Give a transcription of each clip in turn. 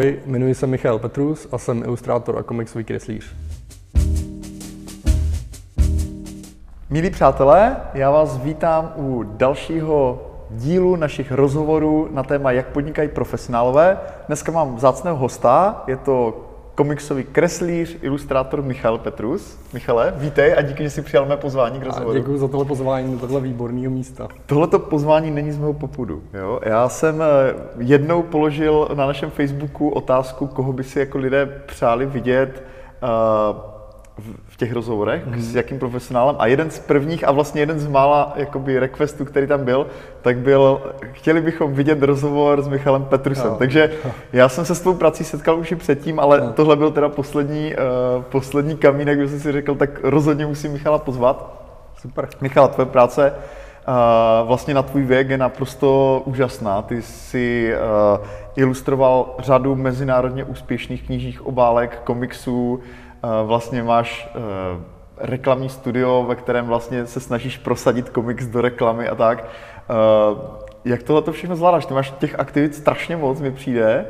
Ahoj, jmenuji se Michal Petrus a jsem ilustrátor a komiksový kreslíř. Milí přátelé, já vás vítám u dalšího dílu našich rozhovorů na téma, jak podnikají profesionálové. Dneska mám vzácného hosta, je to komiksový kreslíř, ilustrátor Michal Petrus. Michale, vítej a díky, že jsi přijal mé pozvání k rozhovoru. Děkuji za tohle pozvání do tohle výborného místa. Tohleto pozvání není z mého popudu. Jo? Já jsem jednou položil na našem Facebooku otázku, koho by si jako lidé přáli vidět v těch rozhovorech, s jakým profesionálem. A jeden z prvních a vlastně jeden z mála jakoby requestů, který tam byl, tak byl, chtěli bychom vidět rozhovor s Michalem Petrusem. No. Takže já jsem se s tvou prací setkal už i předtím, ale tohle byl teda poslední kamínek, kde jsem si řekl, tak rozhodně musím Michala pozvat. Super. Michal, tvoje práce vlastně na tvůj věk je naprosto úžasná. Ty jsi ilustroval řadu mezinárodně úspěšných knižních obálek, komiksů, vlastně máš reklamní studio, ve kterém vlastně se snažíš prosadit komiks do reklamy a tak. Jak tohle všechno zvládáš? Ty máš těch aktivit strašně moc, mi přijde.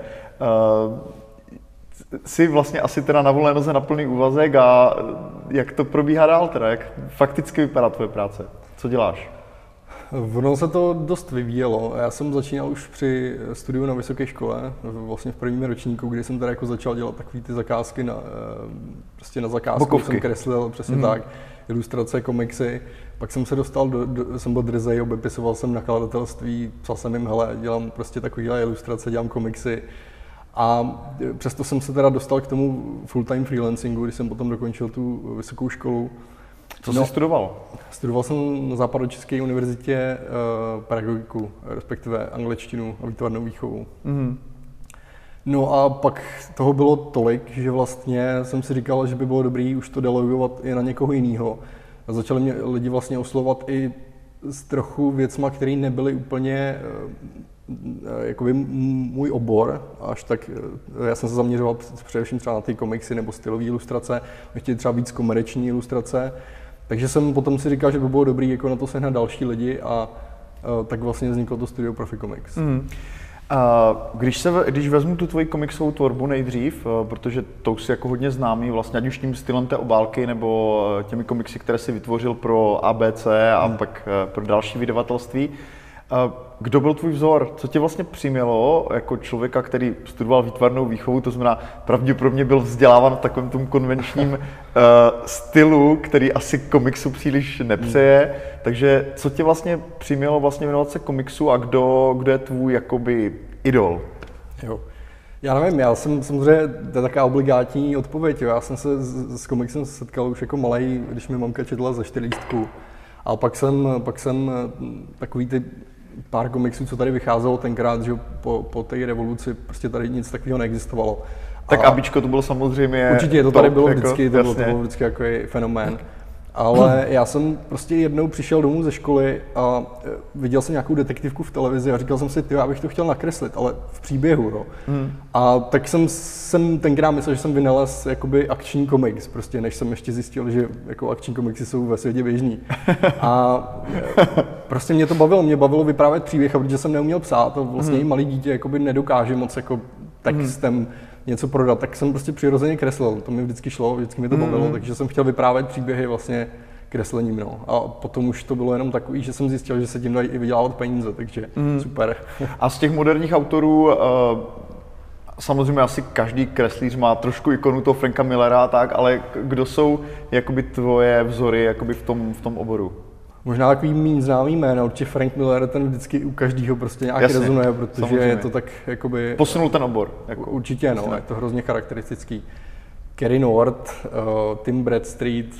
Jsi vlastně asi teda na volné noze na plný úvazek a jak to probíhá dál teda? Jak fakticky vypadá tvoje práce? Co děláš? Ono se to dost vyvíjelo. Já jsem začínal už při studiu na vysoké škole, vlastně v prvním ročníku, kdy jsem teda jako začal dělat takové ty zakázky prostě na zakázku. Bokovky. Jsem kreslil, přesně tak, ilustrace, komiksy. Pak jsem se dostal jsem byl drzej, obepisoval jsem nakladatelství, psal jsem jim, hele, dělám prostě takovýhle ilustrace, dělám komiksy. A přesto jsem se teda dostal k tomu full-time freelancingu, když jsem potom dokončil tu vysokou školu. Co jsi studoval? Studoval jsem na Západočeské univerzitě pedagogiku, respektive angličtinu a výtvarnou výchovu. No a pak toho bylo tolik, že vlastně jsem si říkal, že by bylo dobré už to delegovat i na někoho jiného. A začali mě lidi vlastně oslovovat i s trochu věcma, které nebyly úplně jakoby můj obor, až tak já jsem se zaměřoval především třeba na ty komiksy nebo stylové ilustrace, chtěli třeba víc komerční ilustrace, takže jsem potom si říkal, že by bylo dobré jako na to sehnat další lidi a tak vlastně vzniklo to studio Profi Comics. Když vezmu tu tvoji komiksovou tvorbu nejdřív, protože to si jako hodně známý, vlastně ať už tím stylem té obálky nebo těmi komiksy, které si vytvořil pro ABC a pak pro další vydavatelství, kdo byl tvůj vzor? Co tě vlastně přimělo jako člověka, který studoval výtvarnou výchovu, to znamená pravděpodobně byl vzděláván v takovém tom konvenčním stylu, který asi komiksu příliš nepřeje. Takže co tě vlastně přimělo vlastně věnovat se komiksu a kdo je tvůj jakoby idol? Jo. Já nevím, já jsem samozřejmě, to je taková obligátní odpověď, jo. Já jsem se s komiksem setkal už jako malej, když mi mamka četla ze 4 lístků. A pak jsem takový ty pár komiksů, co tady vycházelo tenkrát, že po té revoluci prostě tady nic takového neexistovalo. Tak Abičko to bylo samozřejmě... Určitě, to tady bylo vždycky, to bylo vždycky jako fenomén. Ale já jsem prostě jednou přišel domů ze školy a viděl jsem nějakou detektivku v televizi a říkal jsem si, já bych to chtěl nakreslit, ale v příběhu, no. A tak jsem tenkrát myslel, že jsem vynalez jakoby akční komiks, prostě než jsem ještě zjistil, že jako akční komiksy jsou ve světě běžný. A prostě mě bavilo vyprávět příběh, a protože jsem neuměl psát, a vlastně i malý dítě jakoby nedokáže moc jako textem něco prodat, tak jsem prostě přirozeně kreslil, to mi vždycky šlo, vždycky mi to bavilo, takže jsem chtěl vyprávět příběhy vlastně kreslením, no. A potom už to bylo jenom takový, že jsem zjistil, že se tím dají i vydělávat peníze, takže super. A z těch moderních autorů, samozřejmě asi každý kreslíř má trošku ikonu toho Franka Millera a tak, ale kdo jsou jakoby tvoje vzory jakoby v tom oboru? Možná takový méně známý jméno, určitě Frank Miller, ten vždycky u každého prostě nějak rezonuje, protože samozřejmě je to tak jakoby... Posunul ten obor. Jako, určitě, no, je to hrozně charakteristický. Kerry Nord, Tim Bradstreet,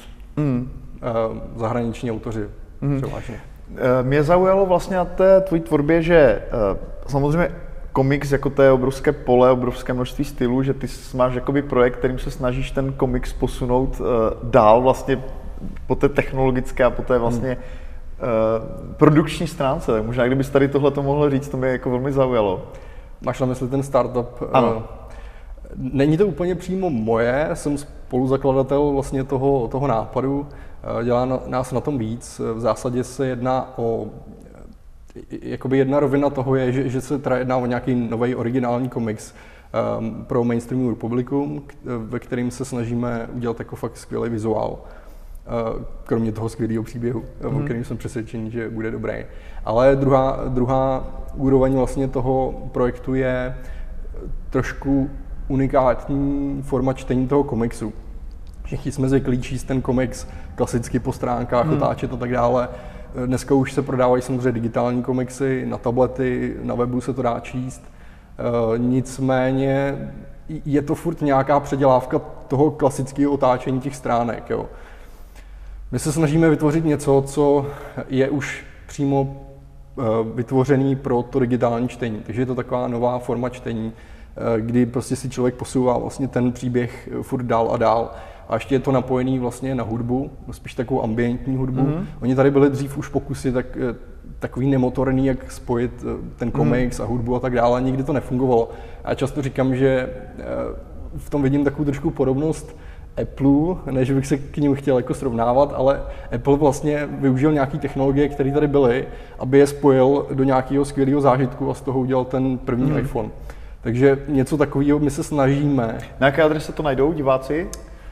zahraniční autoři převážně. Mě zaujalo vlastně na té tvojí tvorbě, že samozřejmě komiks, jako to je obrovské pole, obrovské množství stylů, že ty máš jakoby projekt, kterým se snažíš ten komiks posunout dál vlastně po té technologické a po té vlastně produkční stránce. Tak možná kdybys tady tohle to mohl říct, to mě jako velmi zaujalo. Máš na mysli ten startup? Ano. Není to úplně přímo moje, jsem spoluzakladatel vlastně toho nápadu, dělá nás na tom víc. V zásadě se jedná o, jakoby jedna rovina toho je, že se teda jedná o nějaký nový originální komiks, pro mainstreamovou publikum, ve kterým se snažíme udělat jako fakt skvělý vizuál. Kromě toho skvělého příběhu, o kterém jsem přesvědčený, že bude dobrý. Ale druhá úroveň vlastně toho projektu je trošku unikátní forma čtení toho komiksu. Všichni jsme zvyklí číst ten komiks klasicky po stránkách, otáčet a tak dále. Dneska už se prodávají samozřejmě digitální komiksy, na tablety, na webu se to dá číst. Nicméně je to furt nějaká předělávka toho klasického otáčení těch stránek. Jo. My se snažíme vytvořit něco, co je už přímo vytvořený pro to digitální čtení. Takže je to taková nová forma čtení, kdy prostě si člověk posouvá vlastně ten příběh furt dál a dál. A ještě je to napojený vlastně na hudbu, spíš takovou ambientní hudbu. Oni tady byli dřív už pokusy takový nemotorný, jak spojit ten komiks a hudbu a tak dále, nikdy to nefungovalo. A já často říkám, že v tom vidím takovou trošku podobnost Apple, než bych se k ním chtěl jako srovnávat, ale Apple vlastně využil nějaké technologie, které tady byly, aby je spojil do nějakého skvělého zážitku a z toho udělal ten první iPhone. Takže něco takového my se snažíme. Na jaké adrese to najdou diváci?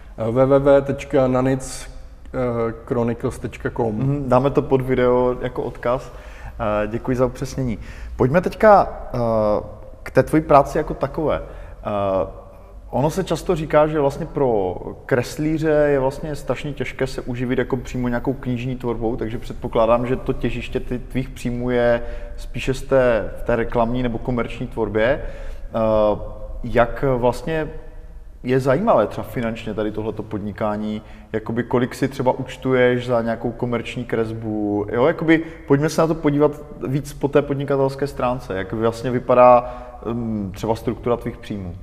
www.nanitschronicles.com. Dáme to pod video jako odkaz. Děkuji za upřesnění. Pojďme teďka k té tvojí práci jako takové. Ono se často říká, že vlastně pro kreslíře je vlastně strašně těžké se uživit jako přímo nějakou knižní tvorbou, takže předpokládám, že to těžiště tvých příjmů je spíše v té reklamní nebo komerční tvorbě. Jak vlastně je zajímavé třeba finančně tady tohleto podnikání, jakoby kolik si třeba účtuješ za nějakou komerční kresbu, jo, jakoby pojďme se na to podívat víc po té podnikatelské stránce, jak vlastně vypadá třeba struktura tvých příjmů.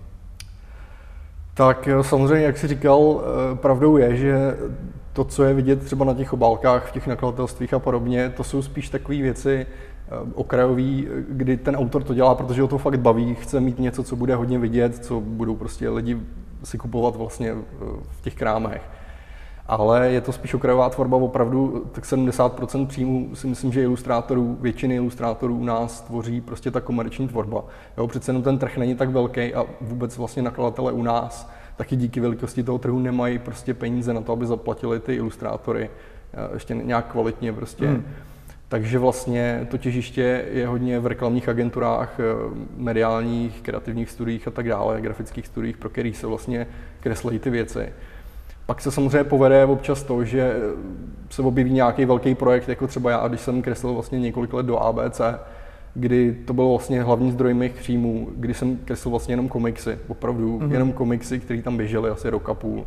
Tak samozřejmě, jak jsi říkal, pravdou je, že to, co je vidět třeba na těch obálkách, v těch nakladatelstvích a podobně, to jsou spíš takové věci okrajové, kdy ten autor to dělá, protože ho to fakt baví, chce mít něco, co bude hodně vidět, co budou prostě lidi si kupovat vlastně v těch krámech. Ale je to spíš okrajová tvorba, opravdu tak 70% příjmů si myslím, že většiny ilustrátorů u nás tvoří prostě ta komerční tvorba. Jo, přece jenom ten trh není tak velký a vůbec vlastně nakladatelé u nás taky díky velikosti toho trhu nemají prostě peníze na to, aby zaplatili ty ilustrátory ještě nějak kvalitně prostě. Takže vlastně to těžiště je hodně v reklamních agenturách, mediálních, kreativních studiích a tak dále, grafických studiích, pro kterých se vlastně kreslí ty věci. Pak se samozřejmě povede občas to, že se objeví nějaký velký projekt, jako třeba já, když jsem kreslil vlastně několik let do ABC, kdy to byl vlastně hlavní zdroj mých příjmů, kdy jsem kreslil vlastně jenom komiksy, opravdu jenom komiksy, které tam běžely asi rok a půl.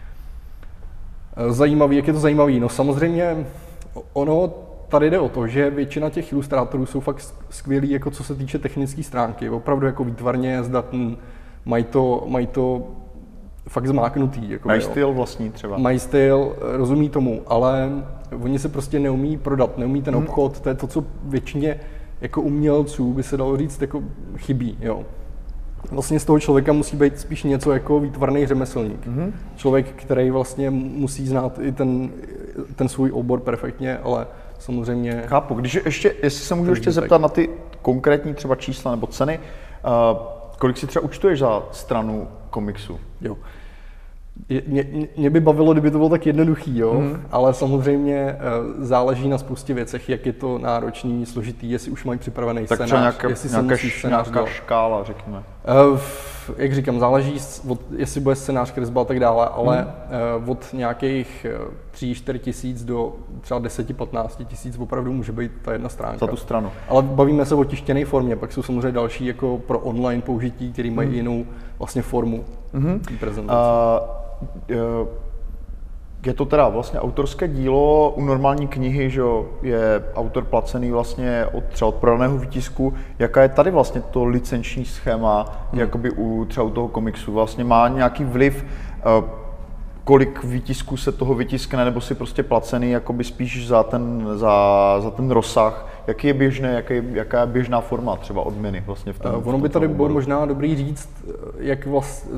Zajímavý, jak je to zajímavý? No samozřejmě ono tady jde o to, že většina těch ilustrátorů jsou fakt skvělí, jako co se týče technické stránky, opravdu jako výtvarně zdatní, mají to fakt zmáknutý. Jako mají styl vlastní třeba. Mají styl, rozumí tomu, ale oni se prostě neumí prodat, neumí ten obchod, to je to, co většině jako umělců by se dalo říct jako chybí. Jo. Vlastně z toho člověka musí být spíš něco jako výtvarný řemeslník. Člověk, který vlastně musí znát i ten svůj obor perfektně, ale samozřejmě... Chápu, jestli se můžu ještě zeptat na ty konkrétní třeba čísla nebo ceny, kolik si třeba účtuješ za stranu komiksu? Jo. Mě by bavilo, kdyby to bylo tak jednoduchý, jo? Ale samozřejmě záleží na spoustě věcech, jak je to náročný, složitý, jestli už mají připravený tak scénář, jestli se musí scénář nějaká škála, řekněme. Jak říkám, záleží, jestli bude scénář, kresba a tak dále, ale od nějakých 3-4 tisíc do třeba 10-15 tisíc opravdu může být ta jedna stránka. Za tu stranu. Ale bavíme se o tištěné formě, pak jsou samozřejmě další jako pro online použití, který mají jinou vlastně formu prezentace. Je to teda vlastně autorské dílo, u normální knihy, že je autor placený vlastně třeba od prodaného výtisku. Jaká je tady vlastně to licenční schéma, jakoby třeba u toho komiksu? Vlastně má nějaký vliv, kolik výtisků se toho vytiskne, nebo si prostě placený jakoby spíš za ten rozsah? Jaký je běžné, jaká je běžná forma třeba odměny vlastně v tom? Ono by tady bylo možná dobrý říct, jak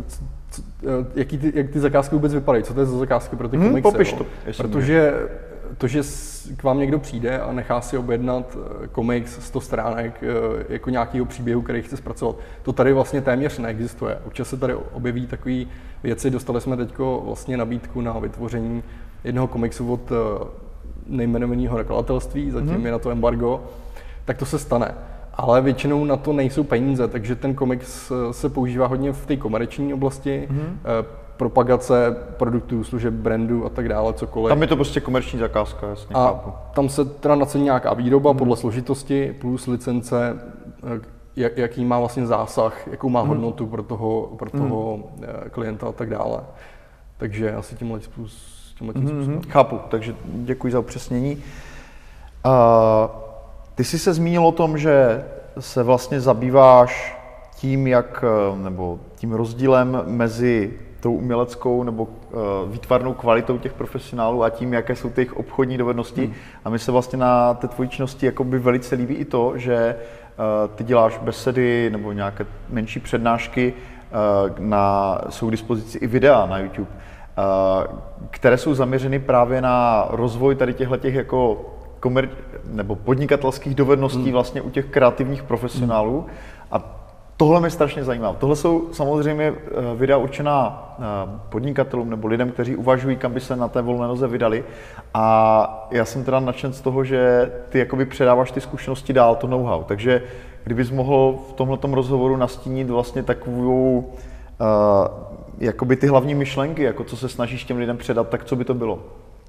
ty zakázky vůbec vypadají, co to je za zakázky pro ty komiksy. Popiš to, protože to, že k vám někdo přijde a nechá si objednat komiks 100 stránek jako nějakýho příběhu, který chce zpracovat, to tady vlastně téměř neexistuje. Občas se tady objeví takové věci, dostali jsme teďko vlastně nabídku na vytvoření jednoho komiksu od nejmenovaného nakladatelství, zatím je na to embargo, tak to se stane. Ale většinou na to nejsou peníze, takže ten komiks se používá hodně v té komerční oblasti, propagace produktů, služeb, brandů a tak dále, cokoliv. Tam je to prostě komerční zakázka, jasně. A tam se teda nacení nějaká výroba podle složitosti plus licence, jaký má vlastně zásah, jakou má hodnotu pro toho klienta a tak dále. Takže asi tímhle způsobem. Chápu, takže děkuji za upřesnění. Ty jsi se zmínil o tom, že se vlastně zabýváš tím, nebo tím rozdílem mezi tou uměleckou nebo výtvarnou kvalitou těch profesionálů a tím, jaké jsou těch obchodní dovednosti. A mi se vlastně na té tvojí činnosti jakoby velice líbí i to, že ty děláš besedy nebo nějaké menší přednášky, jsou k dispozici i videa na YouTube, které jsou zaměřeny právě na rozvoj tady těchto jako nebo podnikatelských dovedností vlastně u těch kreativních profesionálů. A tohle mě strašně zajímá. Tohle jsou samozřejmě videa určená podnikatelům nebo lidem, kteří uvažují, kam by se na té volné noze vydali. A já jsem teda nadšen z toho, že ty jakoby předáváš ty zkušenosti dál, to know-how. Takže kdybys mohl v tomhletom rozhovoru nastínit vlastně takovou jakoby ty hlavní myšlenky, jako co se snažíš těm lidem předat, tak co by to bylo?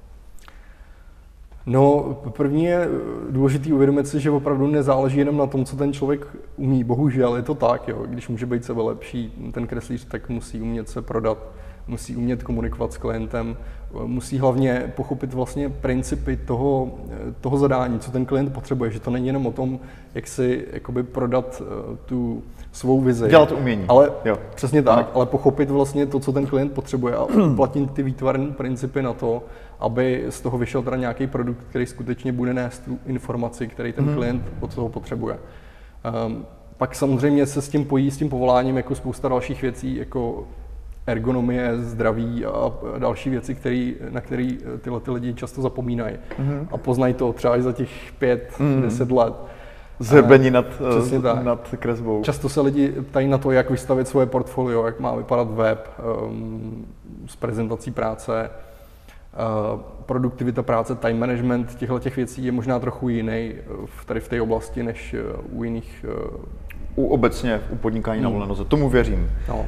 No, první je důležitý uvědomit si, že opravdu nezáleží jenom na tom, co ten člověk umí. Bohužel je to tak, jo. Když může být sebelepší ten kreslíř, tak musí umět se prodat, musí umět komunikovat s klientem, musí hlavně pochopit vlastně principy toho zadání, co ten klient potřebuje, že to není jenom o tom, jak si jakoby prodat tu svou vizi. Dělat umění. Ale přesně tak, ale pochopit vlastně to, co ten klient potřebuje a uplatnit ty výtvarné principy na to, aby z toho vyšel teda nějaký produkt, který skutečně bude nést tu informaci, který ten klient od toho potřebuje. Pak samozřejmě se s tím pojí, s tím povoláním jako spousta dalších věcí, jako ergonomie, zdraví a další věci, na které tyhle lidi často zapomínají. A poznají to třeba až za těch 5-10 let. Zhrbení nad kresbou. Často se lidi ptají na to, jak vystavit svoje portfolio, jak má vypadat web s prezentací práce, produktivita práce, time management, těchto věcí je možná trochu jiný tady v té oblasti, než u jiných. Obecně u podnikání na volné noze, tomu věřím. No.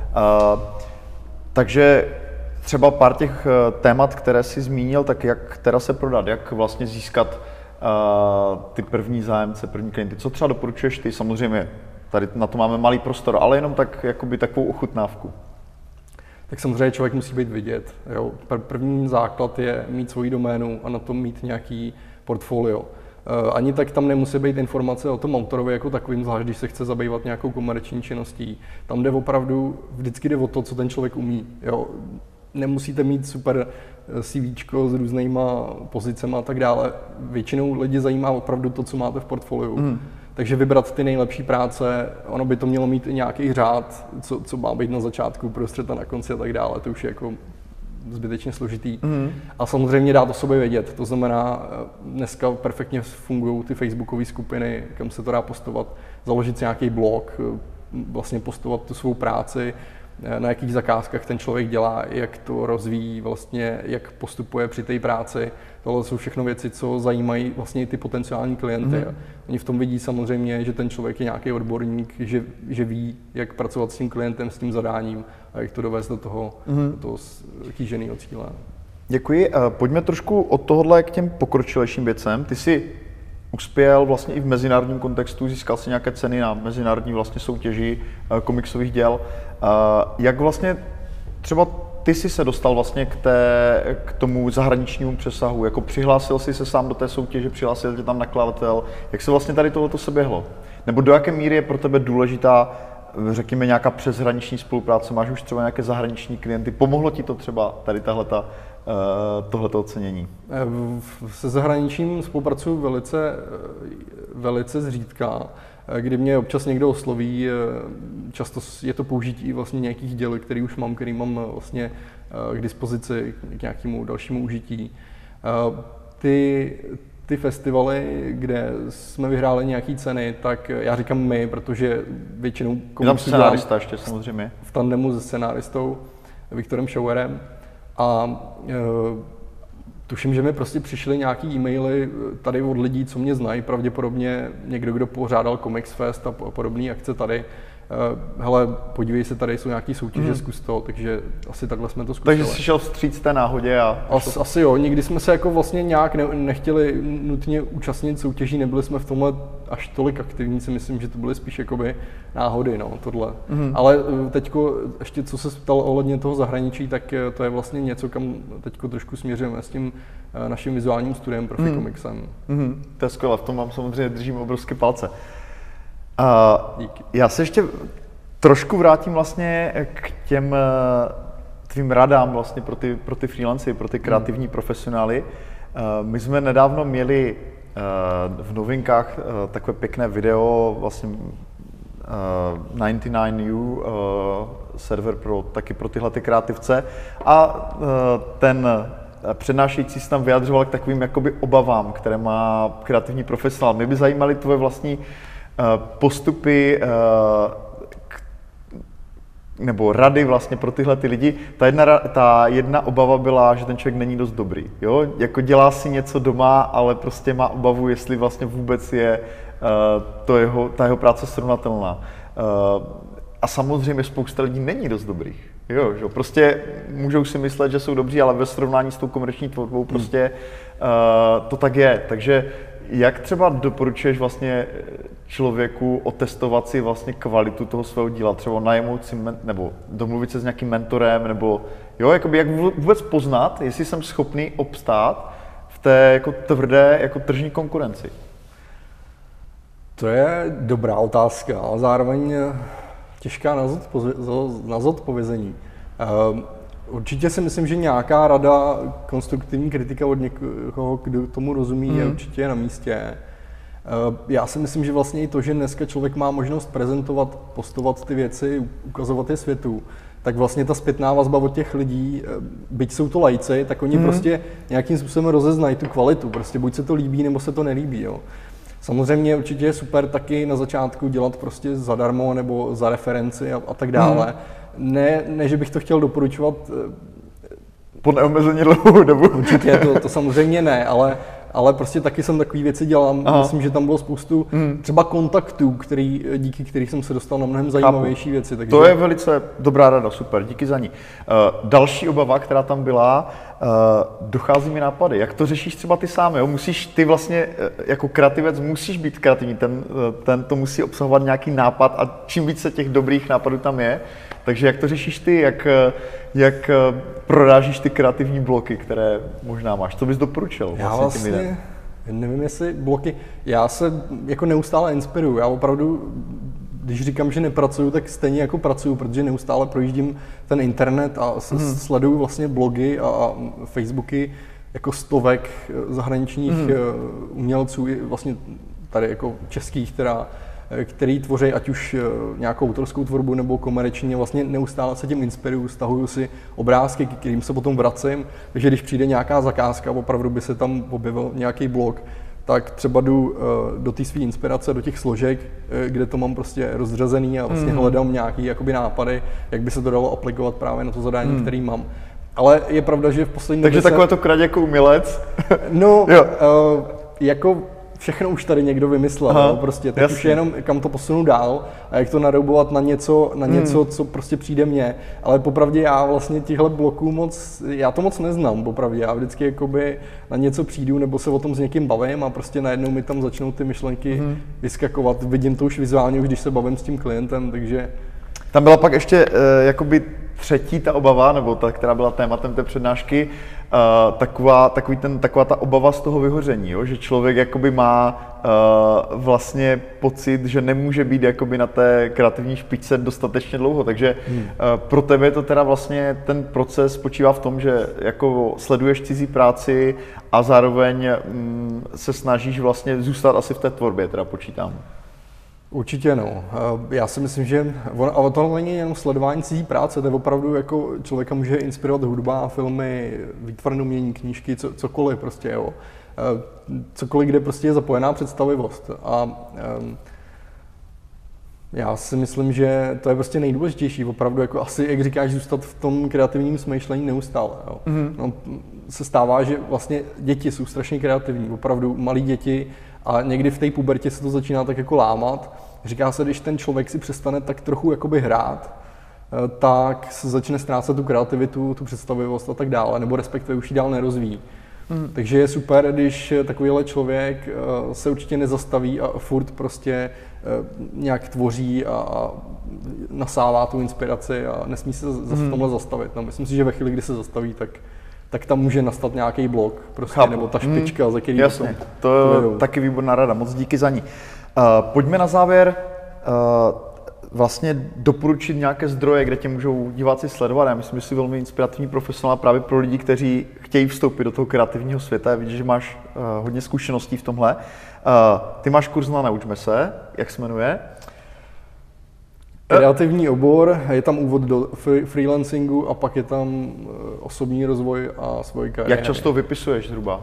Takže třeba pár těch témat, které jsi zmínil, tak jak teda se prodat, jak vlastně získat ty první zájemce, první klienty. Co třeba doporučuješ ty? Samozřejmě tady na to máme malý prostor, ale jenom tak jakoby takovou ochutnávku. Tak samozřejmě člověk musí být vidět. Jo. První základ je mít svoji doménu a na tom mít nějaký portfolio. Ani tak tam nemusí být informace o tom autorovi jako takovým, zvlášť když se chce zabývat nějakou komerční činností. Tam vždycky jde o to, co ten člověk umí. Jo. Nemusíte mít super CVčko s různýma pozicema a tak dále. Většinou lidi zajímá opravdu to, co máte v portfoliu. Takže vybrat ty nejlepší práce, ono by to mělo mít i nějaký řád, co má být na začátku, prostřed a na konci a tak dále. To už je jako zbytečně složitý. A samozřejmě dát o sobě vědět. To znamená, dneska perfektně fungují ty facebookové skupiny, kam se to dá postovat, založit si nějaký blog, vlastně postovat tu svou práci, na jakých zakázkách ten člověk dělá, jak to rozvíjí, vlastně, jak postupuje při té práci. Tohle jsou všechno věci, co zajímají vlastně i ty potenciální klienty. Oni v tom vidí samozřejmě, že ten člověk je nějaký odborník, že ví, jak pracovat s tím klientem, s tím zadáním a jak to dovést do toho kýženého cíle. Děkuji. Pojďme trošku od tohohle k těm pokročilejším věcem. Ty jsi uspěl vlastně i v mezinárodním kontextu, získal si nějaké ceny na mezinárodní vlastně soutěži komiksových děl. Jak vlastně třeba ty jsi se dostal vlastně k tomu zahraničnímu přesahu? Jako přihlásil jsi se sám do té soutěže, přihlásil tě tam nakladatel? Jak se vlastně tady tohleto se běhlo? Nebo do jaké míry je pro tebe důležitá, řekněme, nějaká přeshraniční spolupráce? Máš už třeba nějaké zahraniční klienty? Pomohlo ti to třeba tady tohleto ocenění? Se zahraničím spolupracuju velice zřídka, kdy mě občas někdo osloví, často je to použití vlastně nějakých děl, který už mám, který mám vlastně k dispozici k nějakému dalšímu užití. ty festivaly, kde jsme vyhráli nějaký ceny, tak já říkám my, protože většinou tam scenárista ještě samozřejmě. V tandemu se scenáristou Viktorem Schauerem a tuším, že mi prostě přišly nějaký e-maily tady od lidí, co mě znají, pravděpodobně někdo, kdo pořádal Comics Fest a podobné akce tady. Hele, podívej se, tady jsou nějaký soutěže, zkus to, takže asi takhle jsme to zkusili. Takže jsi šel vstříc té náhodě a... Asi jo, nikdy jsme se jako vlastně nějak nechtěli nutně účastnit soutěží, nebyli jsme v tomhle až tolik aktivní, si myslím, že to byly spíš jakoby náhody, no, tohle. Ale teďko, ještě co se ptal ohledně toho zahraničí, tak to je vlastně něco, kam teďko trošku směřujeme s tím naším vizuálním studiem Profi Comicsem. To je skvělé, v tom mám samozřejmě držím obrovské palce. Já se ještě trošku vrátím vlastně k těm tvým radám vlastně pro ty freelancy, pro ty kreativní profesionály. My jsme nedávno měli v novinkách takové pěkné video, vlastně 99U, server taky pro tyhle ty kreativce, a ten přednášející se tam vyjadřoval k takovým jakoby obavám, které má kreativní profesionál. Mě by zajímaly tvoje vlastní postupy nebo rady vlastně pro tyhle ty lidi. Ta jedna obava byla, že ten člověk není dost dobrý. Jo? Jako dělá si něco doma, ale prostě má obavu, jestli vlastně vůbec je ta jeho práce srovnatelná. A samozřejmě spousta lidí není dost dobrých. Jo, že? Prostě můžou si myslet, že jsou dobří, ale ve srovnání s tou komerční tvorbou prostě to tak je. Takže jak třeba doporučuješ vlastně člověku otestovat si vlastně kvalitu toho svého díla, třeba najmout si nebo domluvit se s nějakým mentorem, nebo jo, jakoby jak vůbec poznat, jestli jsem schopný obstát v té jako tvrdé jako tržní konkurenci? To je dobrá otázka, ale zároveň těžká na zodpovězení. Určitě si myslím, že nějaká rada, konstruktivní kritika od někoho, kdo tomu rozumí, je určitě na místě. Já si myslím, že vlastně i to, že dneska člověk má možnost prezentovat, postovat ty věci, ukazovat je světu, tak vlastně ta zpětná vazba od těch lidí, byť jsou to lajci, tak oni prostě nějakým způsobem rozeznají tu kvalitu. Prostě buď se to líbí, nebo se to nelíbí. Jo. Samozřejmě určitě je super taky na začátku dělat prostě zadarmo nebo za referenci a tak dále. Ne, že bych to chtěl doporučovat po neomezeně dlouhou dobu. Určitě, to samozřejmě ne, ale prostě taky jsem takové věci dělal. Myslím, že tam bylo spoustu třeba kontaktů, díky kterých jsem se dostal na mnohem zajímavější věci. Takže... To je velice dobrá rada, super, díky za ní. Další obava, která tam byla, dochází mi nápady. Jak to řešíš třeba ty sám? Jo? Ty vlastně jako kreativec musíš být kreativní, ten to musí obsahovat nějaký nápad a čím více těch dobrých nápadů tam je. Takže jak to řešíš ty, jak prorážíš ty kreativní bloky, které možná máš? Co bys doporučil? Já vlastně nevím, jestli bloky, já se jako neustále inspiruju, já opravdu, když říkám, že nepracuju, tak stejně jako pracuju, protože neustále projíždím ten internet a sleduju vlastně blogy a Facebooky jako stovek zahraničních umělců, vlastně tady jako českých, který tvoří ať už nějakou autorskou tvorbu nebo komerčně, vlastně neustále se tím inspiruju, stahuju si obrázky, k kterým se potom vracím, takže když přijde nějaká zakázka, opravdu by se tam objevil nějaký blog, tak třeba jdu do té své inspirace, do těch složek, kde to mám prostě rozřazený a vlastně hledám nějaký jakoby nápady, jak by se to dalo aplikovat právě na to zadání, který mám. Ale je pravda, že v poslední době takové to krať jako umělec? No, jako všechno už tady někdo vymyslel, prostě, tak už je jenom kam to posunu dál a jak to naroubovat na něco, co prostě přijde mně. Ale popravdě já vlastně těchto bloků já to moc neznám, popravdě. Já vždycky jakoby na něco přijdu nebo se o tom s někým bavím a prostě najednou mi tam začnou ty myšlenky vyskakovat. Vidím to už vizuálně, už když se bavím s tím klientem, takže... Tam byla pak ještě jakoby třetí ta obava, nebo ta, která byla tématem té přednášky, taková ta obava z toho vyhoření, jo? Že člověk jakoby má vlastně pocit, že nemůže být jakoby na té kreativní špičce dostatečně dlouho, takže pro tebe to teda vlastně ten proces spočívá v tom, že jako sleduješ cizí práci a zároveň se snažíš vlastně zůstat asi v té tvorbě, teda počítám. Určitě no. Já si myslím, že to není jenom sledování cizí práce, to je opravdu jako člověka může inspirovat hudba, filmy, výtvarné umění, knížky, cokoliv prostě, jo. Cokoliv, kde prostě je zapojená představivost. A já si myslím, že to je prostě nejdůležitější, opravdu, jako asi, jak říkáš, zůstat v tom kreativním smýšlení neustále. Jo. No, se stává, že vlastně děti jsou strašně kreativní, opravdu malí děti, a někdy v té pubertě se to začíná tak jako lámat. Říká se, když ten člověk si přestane tak trochu jakoby hrát, tak se začne ztrácet tu kreativitu, tu představivost a tak dále, nebo respektive už ji dál nerozvíjí. Takže je super, když takovýhle člověk se určitě nezastaví a furt prostě nějak tvoří a nasává tu inspiraci a nesmí se v tomhle zastavit. No, myslím si, že ve chvíli, kdy se zastaví, tak tam může nastat nějaký blok, prostě, nebo ta špička, za který jasně, to je taky výborná rada, moc díky za ní. Pojďme na závěr vlastně doporučit nějaké zdroje, kde tě můžou diváci sledovat. Já myslím, že jsi velmi inspirativní profesionál právě pro lidi, kteří chtějí vstoupit do toho kreativního světa. Vidíš, že máš hodně zkušeností v tomhle. Ty máš kurz na Naučme se, jak se jmenuje? Kreativní obor, je tam úvod do freelancingu a pak je tam osobní rozvoj a svoji kariéry. Jak často vypisuješ zhruba?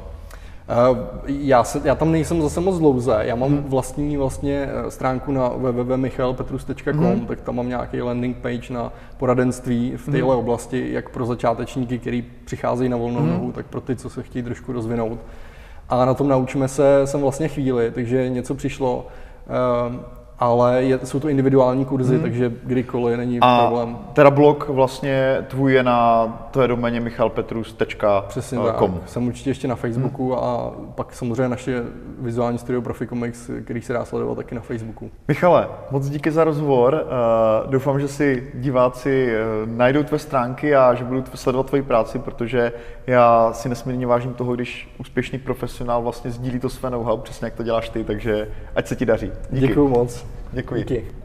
Já tam nejsem zase moc dlouze, já mám vlastní stránku na www.michalpetrus.com, tak tam mám nějaký landing page na poradenství v téhle oblasti, jak pro začátečníky, kteří přicházejí na volnou nohu, tak pro ty, co se chtějí trošku rozvinout. A na tom Naučme se jsem vlastně chvíli, takže něco přišlo, ale jsou to individuální kurzy, takže kdykoliv není problém. Teda blog vlastně tvůj je na té doméně michalpetrus.com. Přesně tak. Jsem určitě ještě na Facebooku a pak samozřejmě naše vizuální studio Proficomics, který se dá sledovat taky na Facebooku. Michale, moc díky za rozhovor. Doufám, že si diváci najdou tvé stránky a že budou sledovat tvoji práci, protože já si nesmírně vážím toho, když úspěšný profesionál vlastně sdílí to své know-how, přesně jak to děláš ty, takže ať se ti daří. Díky. Děkuju moc. Děkuji. Díky.